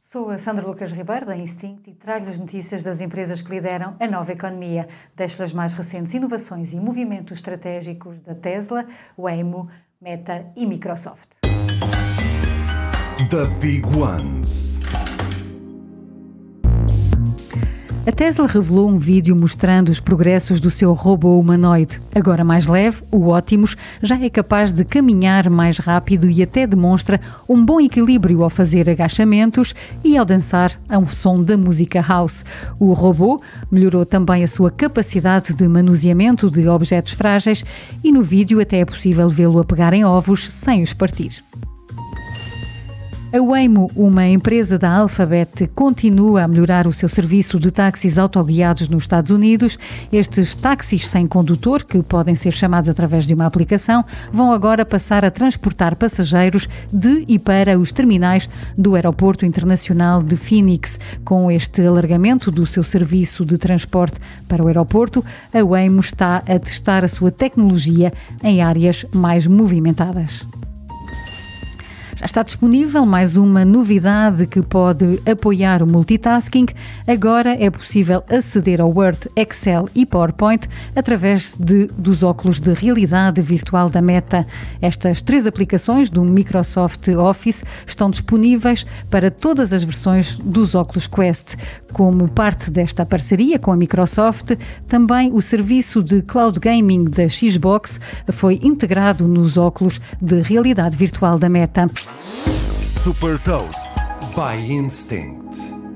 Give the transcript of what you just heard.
Sou a Sandra Lucas Ribeiro, da Instinct, e trago-lhes notícias das empresas que lideram a nova economia. Deixo-lhes as mais recentes inovações e movimentos estratégicos da Tesla, Waymo, Meta e Microsoft. The Big Ones. A Tesla revelou um vídeo mostrando os progressos do seu robô humanoide. Agora mais leve, o Optimus já é capaz de caminhar mais rápido e até demonstra um bom equilíbrio ao fazer agachamentos e ao dançar ao som da música house. O robô melhorou também a sua capacidade de manuseamento de objetos frágeis e no vídeo até é possível vê-lo a pegar em ovos sem os partir. A Waymo, uma empresa da Alphabet, continua a melhorar o seu serviço de táxis autoguiados nos Estados Unidos. Estes táxis sem condutor, que podem ser chamados através de uma aplicação, vão agora passar a transportar passageiros de e para os terminais do Aeroporto Internacional de Phoenix. Com este alargamento do seu serviço de transporte para o aeroporto, a Waymo está a testar a sua tecnologia em áreas mais movimentadas. Já está disponível mais uma novidade que pode apoiar o multitasking. Agora é possível aceder ao Word, Excel e PowerPoint através dos óculos de realidade virtual da Meta. Estas 3 aplicações do Microsoft Office estão disponíveis para todas as versões dos óculos Quest. Como parte desta parceria com a Microsoft, também o serviço de cloud gaming da Xbox foi integrado nos óculos de realidade virtual da Meta. Super Toast by Instinct.